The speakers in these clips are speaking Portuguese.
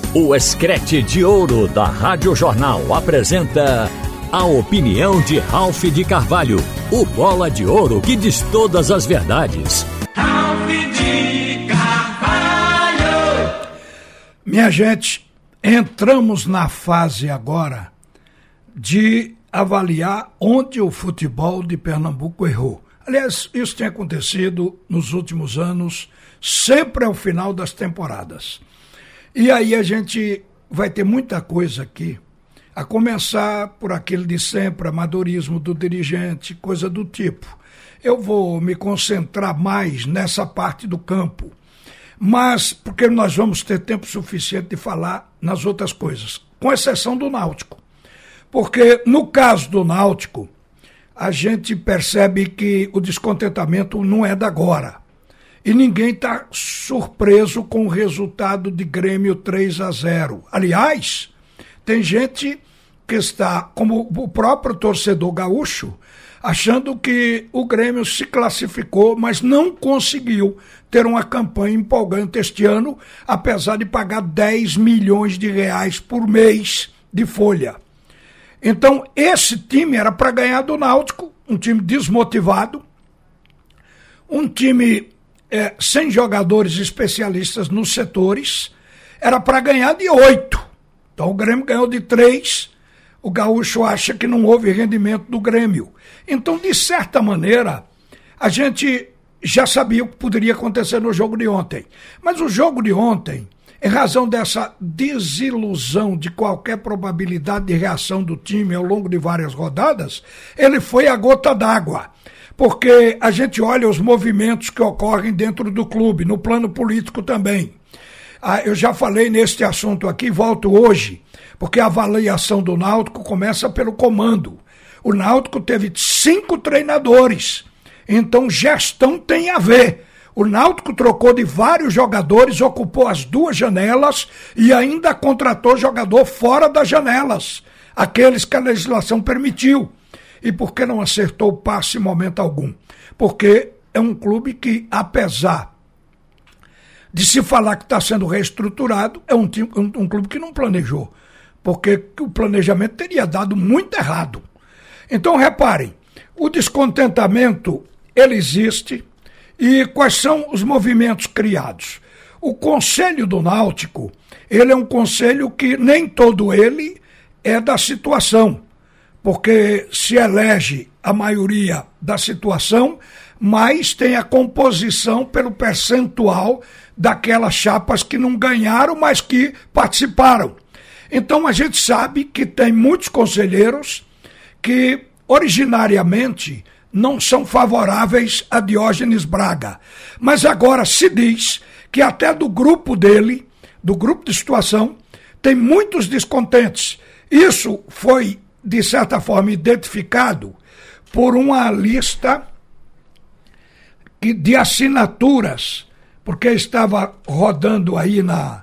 O Escrete de Ouro da Rádio Jornal apresenta a opinião de Ralph de Carvalho, o bola de ouro que diz todas as verdades. Ralph de Carvalho! Minha gente, entramos na fase agora de avaliar onde o futebol de Pernambuco errou. Aliás, isso tem acontecido nos últimos anos, sempre ao final das temporadas. E aí a gente vai ter muita coisa aqui, a começar por aquele de sempre, amadorismo do dirigente, coisa do tipo. Eu vou me concentrar mais nessa parte do campo, mas porque nós vamos ter tempo suficiente de falar nas outras coisas, com exceção do Náutico. Porque no caso do Náutico, a gente percebe que o descontentamento não é da agora. E ninguém está surpreso com o resultado de Grêmio 3-0. Aliás, tem gente que está, como o próprio torcedor gaúcho, achando que o Grêmio se classificou, mas não conseguiu ter uma campanha empolgante este ano, apesar de pagar 10 milhões de reais por mês de folha. Então, esse time era para ganhar do Náutico, um time desmotivado, um time sem jogadores especialistas nos setores, era para ganhar de 8. Então o Grêmio ganhou de 3, o gaúcho acha que não houve rendimento do Grêmio. Então, de certa maneira, a gente já sabia o que poderia acontecer no jogo de ontem. Mas o jogo de ontem, em razão dessa desilusão de qualquer probabilidade de reação do time ao longo de várias rodadas, ele foi a gota d'água. Porque a gente olha os movimentos que ocorrem dentro do clube, no plano político também. Eu já falei neste assunto aqui, volto hoje, porque a avaliação do Náutico começa pelo comando. O Náutico teve 5 treinadores, então gestão tem a ver. O Náutico trocou de vários jogadores, ocupou as 2 janelas e ainda contratou jogador fora das janelas, aqueles que a legislação permitiu. E por que não acertou o passe em momento algum? Porque é um clube que, apesar de se falar que está sendo reestruturado, é um clube que não planejou, porque o planejamento teria dado muito errado. Então, reparem, o descontentamento, ele existe, e quais são os movimentos criados? O Conselho do Náutico, ele é um conselho que nem todo ele é da situação, porque se elege a maioria da situação, mas tem a composição pelo percentual daquelas chapas que não ganharam, mas que participaram. Então a gente sabe que tem muitos conselheiros que originariamente não são favoráveis a Diógenes Braga. Mas agora se diz que até do grupo dele, do grupo de situação, tem muitos descontentes. Isso foi, de certa forma, identificado por uma lista de assinaturas, porque estava rodando aí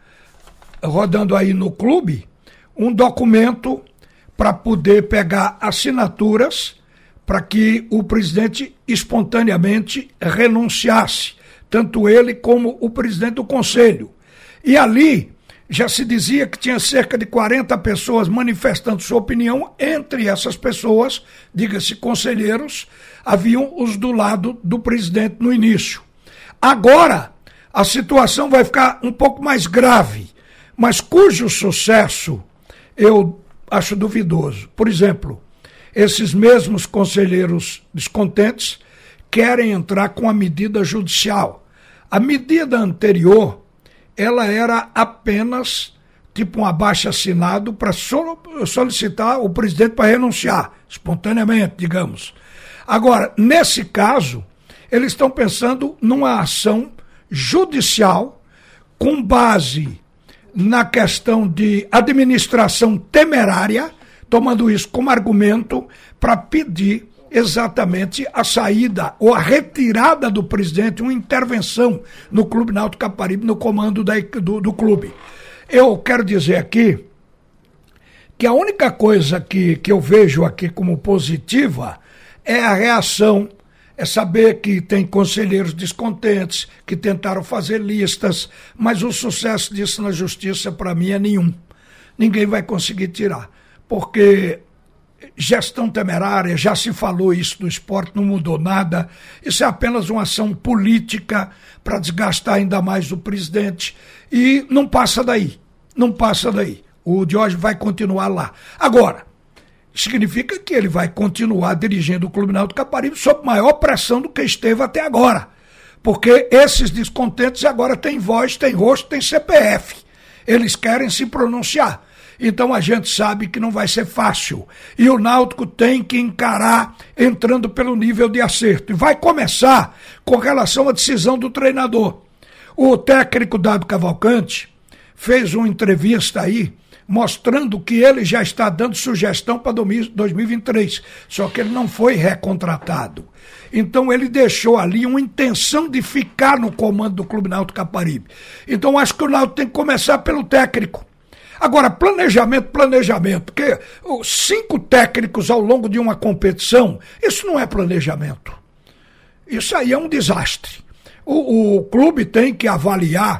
no clube um documento para poder pegar assinaturas para que o presidente espontaneamente renunciasse, tanto ele como o presidente do conselho. E ali já se dizia que tinha cerca de 40 pessoas manifestando sua opinião. Entre essas pessoas, diga-se conselheiros, haviam os do lado do presidente no início. Agora, a situação vai ficar um pouco mais grave, mas cujo sucesso eu acho duvidoso. Por exemplo, esses mesmos conselheiros descontentes querem entrar com a medida judicial. A medida anterior, ela era apenas tipo um abaixo-assinado para solicitar o presidente para renunciar, espontaneamente, digamos. Agora, nesse caso, eles estão pensando numa ação judicial com base na questão de administração temerária, tomando isso como argumento para pedir exatamente a saída ou a retirada do presidente, uma intervenção no Clube Náutico Capibaribe, no comando do clube. Eu quero dizer aqui que a única coisa que eu vejo aqui como positiva é a reação é saber que tem conselheiros descontentes, que tentaram fazer listas, mas o sucesso disso na justiça, para mim, é nenhum. Ninguém vai conseguir tirar, porque gestão temerária, já se falou isso do esporte, não mudou nada, isso é apenas uma ação política para desgastar ainda mais o presidente, e não passa daí, o Diógenes vai continuar lá. Agora, significa que ele vai continuar dirigindo o Clube Náutico Caparibe sob maior pressão do que esteve até agora, porque esses descontentes agora têm voz, têm rosto, têm CPF, eles querem se pronunciar. Então a gente sabe que não vai ser fácil. E o Náutico tem que encarar entrando pelo nível de acerto. E vai começar com relação à decisão do treinador. O técnico Dado Cavalcante fez uma entrevista aí mostrando que ele já está dando sugestão para 2023. Só que ele não foi recontratado. Então ele deixou ali uma intenção de ficar no comando do Clube Náutico Caparibe. Então acho que o Náutico tem que começar pelo técnico. Agora, planejamento, porque 5 técnicos ao longo de uma competição, isso não é planejamento. Isso aí é um desastre. O clube tem que avaliar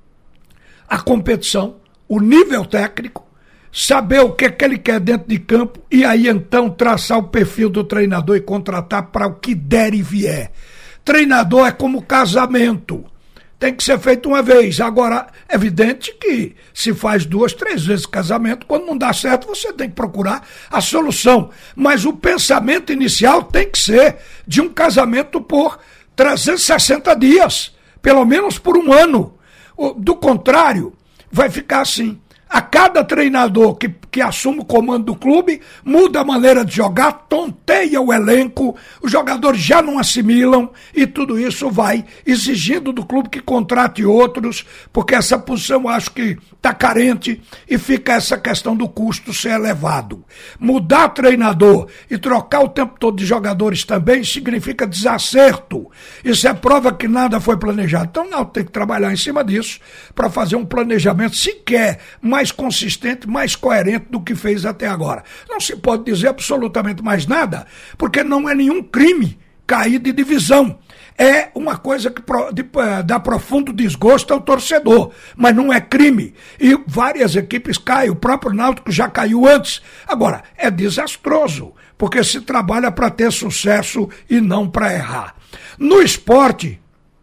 a competição, o nível técnico, saber o que ele quer dentro de campo e aí então traçar o perfil do treinador e contratar para o que der e vier. Treinador é como casamento. Tem que ser feito uma vez. Agora, é evidente que se faz 2, 3 vezes casamento, quando não dá certo, você tem que procurar a solução. Mas o pensamento inicial tem que ser de um casamento por 360 dias, pelo menos por um ano. Do contrário, vai ficar assim. A cada treinador que assume o comando do clube, muda a maneira de jogar, tonteia o elenco, os jogadores já não assimilam e tudo isso vai exigindo do clube que contrate outros, porque essa posição eu acho que está carente e fica essa questão do custo ser elevado. Mudar treinador e trocar o tempo todo de jogadores também significa desacerto. Isso é prova que nada foi planejado. Então não, tem que trabalhar em cima disso para fazer um planejamento sequer mais consistente, mais coerente do que fez até agora. Não se pode dizer absolutamente mais nada, porque não é nenhum crime cair de divisão. É uma coisa que dá profundo desgosto ao torcedor, mas não é crime. E várias equipes caem, o próprio Náutico já caiu antes. Agora, é desastroso, porque se trabalha para ter sucesso e não para errar. No esporte,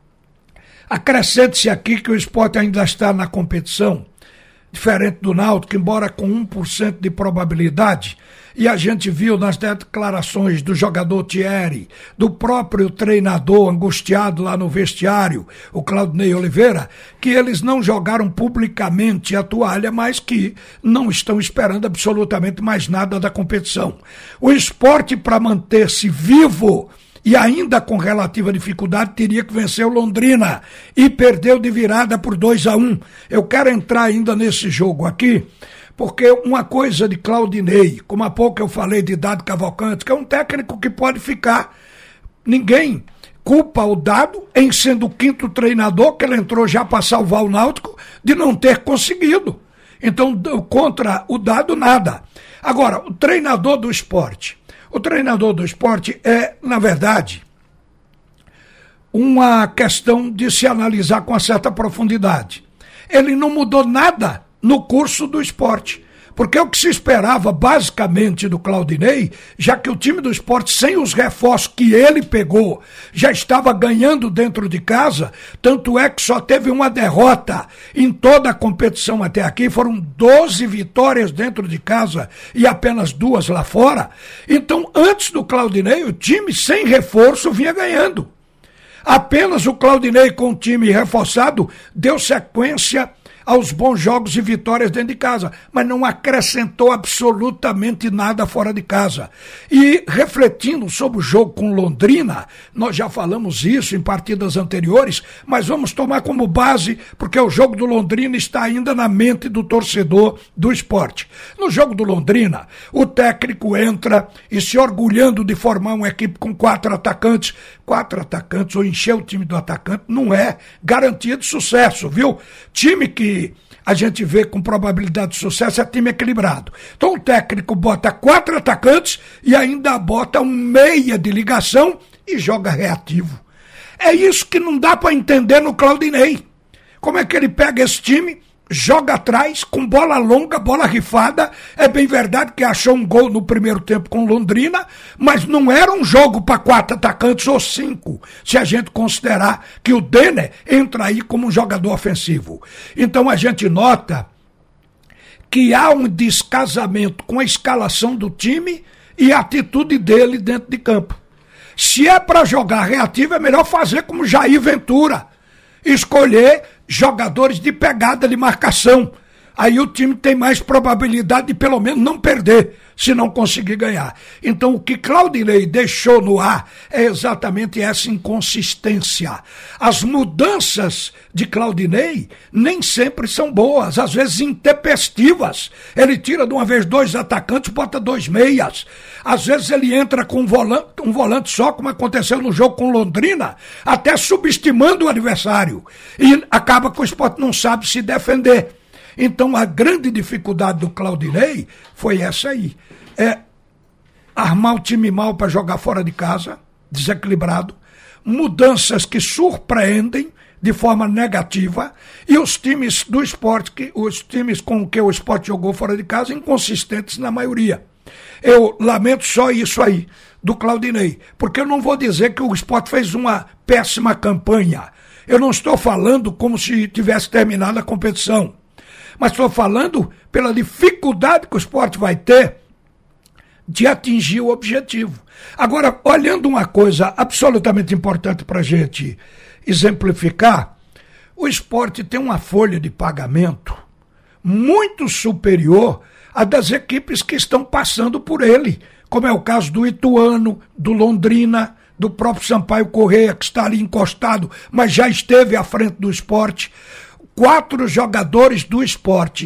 acrescente-se aqui que o esporte ainda está na competição, diferente do Náutico, embora com 1% de probabilidade, e a gente viu nas declarações do jogador Thierry, do próprio treinador angustiado lá no vestiário, o Claudinei Oliveira, que eles não jogaram publicamente a toalha, mas que não estão esperando absolutamente mais nada da competição. O esporte, para manter-se vivo e ainda com relativa dificuldade, teria que vencer o Londrina e perdeu de virada por 2-1. Eu quero entrar ainda nesse jogo aqui, porque uma coisa de Claudinei, como há pouco eu falei de Dado Cavalcante, que é um técnico que pode ficar, ninguém culpa o Dado, em sendo o 5º treinador, que ele entrou já para salvar o Náutico, de não ter conseguido. Então, contra o Dado, nada. Agora, o treinador do esporte é, na verdade, uma questão de se analisar com uma certa profundidade. Ele não mudou nada no curso do esporte, porque o que se esperava basicamente do Claudinei, já que o time do esporte, sem os reforços que ele pegou, já estava ganhando dentro de casa, tanto é que só teve uma derrota em toda a competição até aqui, foram 12 vitórias dentro de casa e apenas 2 lá fora. Então, antes do Claudinei, o time sem reforço vinha ganhando. Apenas o Claudinei, com o time reforçado, deu sequência aos bons jogos e vitórias dentro de casa, mas não acrescentou absolutamente nada fora de casa. E refletindo sobre o jogo com Londrina, nós já falamos isso em partidas anteriores, mas vamos tomar como base, porque o jogo do Londrina está ainda na mente do torcedor do esporte. No jogo do Londrina, o técnico entra e, se orgulhando de formar uma equipe com 4 atacantes, ou encher o time do atacante, não é garantia de sucesso, viu? Time que a gente vê com probabilidade de sucesso é time equilibrado. Então o técnico bota 4 atacantes e ainda bota um meia de ligação e joga reativo. É isso que não dá para entender no Claudinei. Como é que ele pega esse time, joga atrás, com bola longa, bola rifada. É bem verdade que achou um gol no primeiro tempo com Londrina, mas não era um jogo para 4 atacantes ou 5, se a gente considerar que o Denner entra aí como um jogador ofensivo. Então a gente nota que há um descasamento com a escalação do time e a atitude dele dentro de campo. Se é para jogar reativo, é melhor fazer como Jair Ventura, escolher jogadores de pegada de marcação. Aí o time tem mais probabilidade de pelo menos não perder, se não conseguir ganhar. Então o que Claudinei deixou no ar é exatamente essa inconsistência. As mudanças de Claudinei nem sempre são boas, às vezes intempestivas. Ele tira de uma vez 2 atacantes, bota 2 meias. Às vezes ele entra com um volante só, como aconteceu no jogo com Londrina, até subestimando o adversário. E acaba que o Sport não sabe se defender. Então a grande dificuldade do Claudinei foi essa aí. É armar o time mal para jogar fora de casa, desequilibrado, mudanças que surpreendem de forma negativa, e os times do Sport, os times com que o Sport jogou fora de casa, inconsistentes na maioria. Eu lamento só isso aí do Claudinei, porque eu não vou dizer que o Sport fez uma péssima campanha. Eu não estou falando como se tivesse terminado a competição, mas estou falando pela dificuldade que o Sport vai ter de atingir o objetivo. Agora, olhando uma coisa absolutamente importante para a gente exemplificar, o Sport tem uma folha de pagamento muito superior à das equipes que estão passando por ele, como é o caso do Ituano, do Londrina, do próprio Sampaio Corrêa, que está ali encostado, mas já esteve à frente do Sport. 4 jogadores do Sport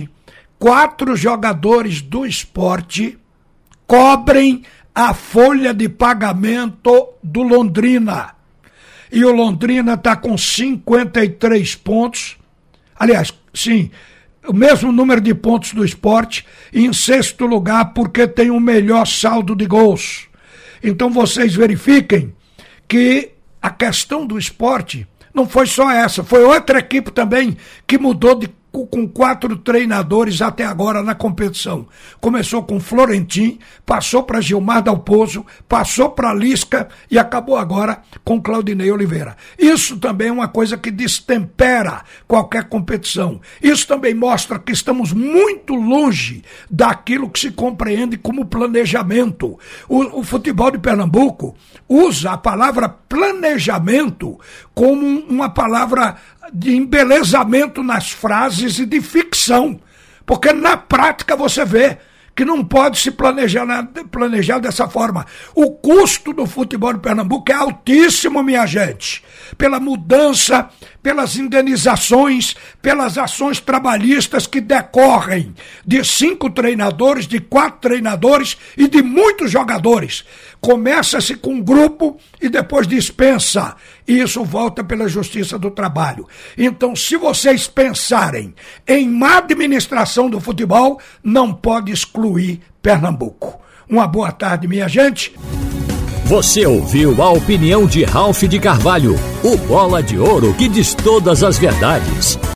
cobrem a folha de pagamento do Londrina. E o Londrina está com 53 pontos. Aliás, sim, o mesmo número de pontos do Sport, em 6º lugar, porque tem o melhor saldo de gols. Então vocês verifiquem que a questão do Sport não foi só essa, foi outra equipe também que mudou com 4 treinadores até agora na competição. Começou com Florentin, passou para Gilmar Dalpozo, passou para Lisca e acabou agora com Claudinei Oliveira. Isso também é uma coisa que destempera qualquer competição. Isso também mostra que estamos muito longe daquilo que se compreende como planejamento. O futebol de Pernambuco usa a palavra planejamento como uma palavra de embelezamento nas frases e de ficção, porque na prática você vê que não pode se planejar dessa forma. O custo do futebol de Pernambuco é altíssimo, minha gente, pela mudança, pelas indenizações, pelas ações trabalhistas que decorrem de 5 treinadores, de 4 treinadores e de muitos jogadores. Começa-se com um grupo e depois dispensa, e isso volta pela Justiça do Trabalho. Então, se vocês pensarem em má administração do futebol, não pode excluir Pernambuco. Uma boa tarde, minha gente. Você ouviu a opinião de Ralph de Carvalho, o bola de ouro que diz todas as verdades.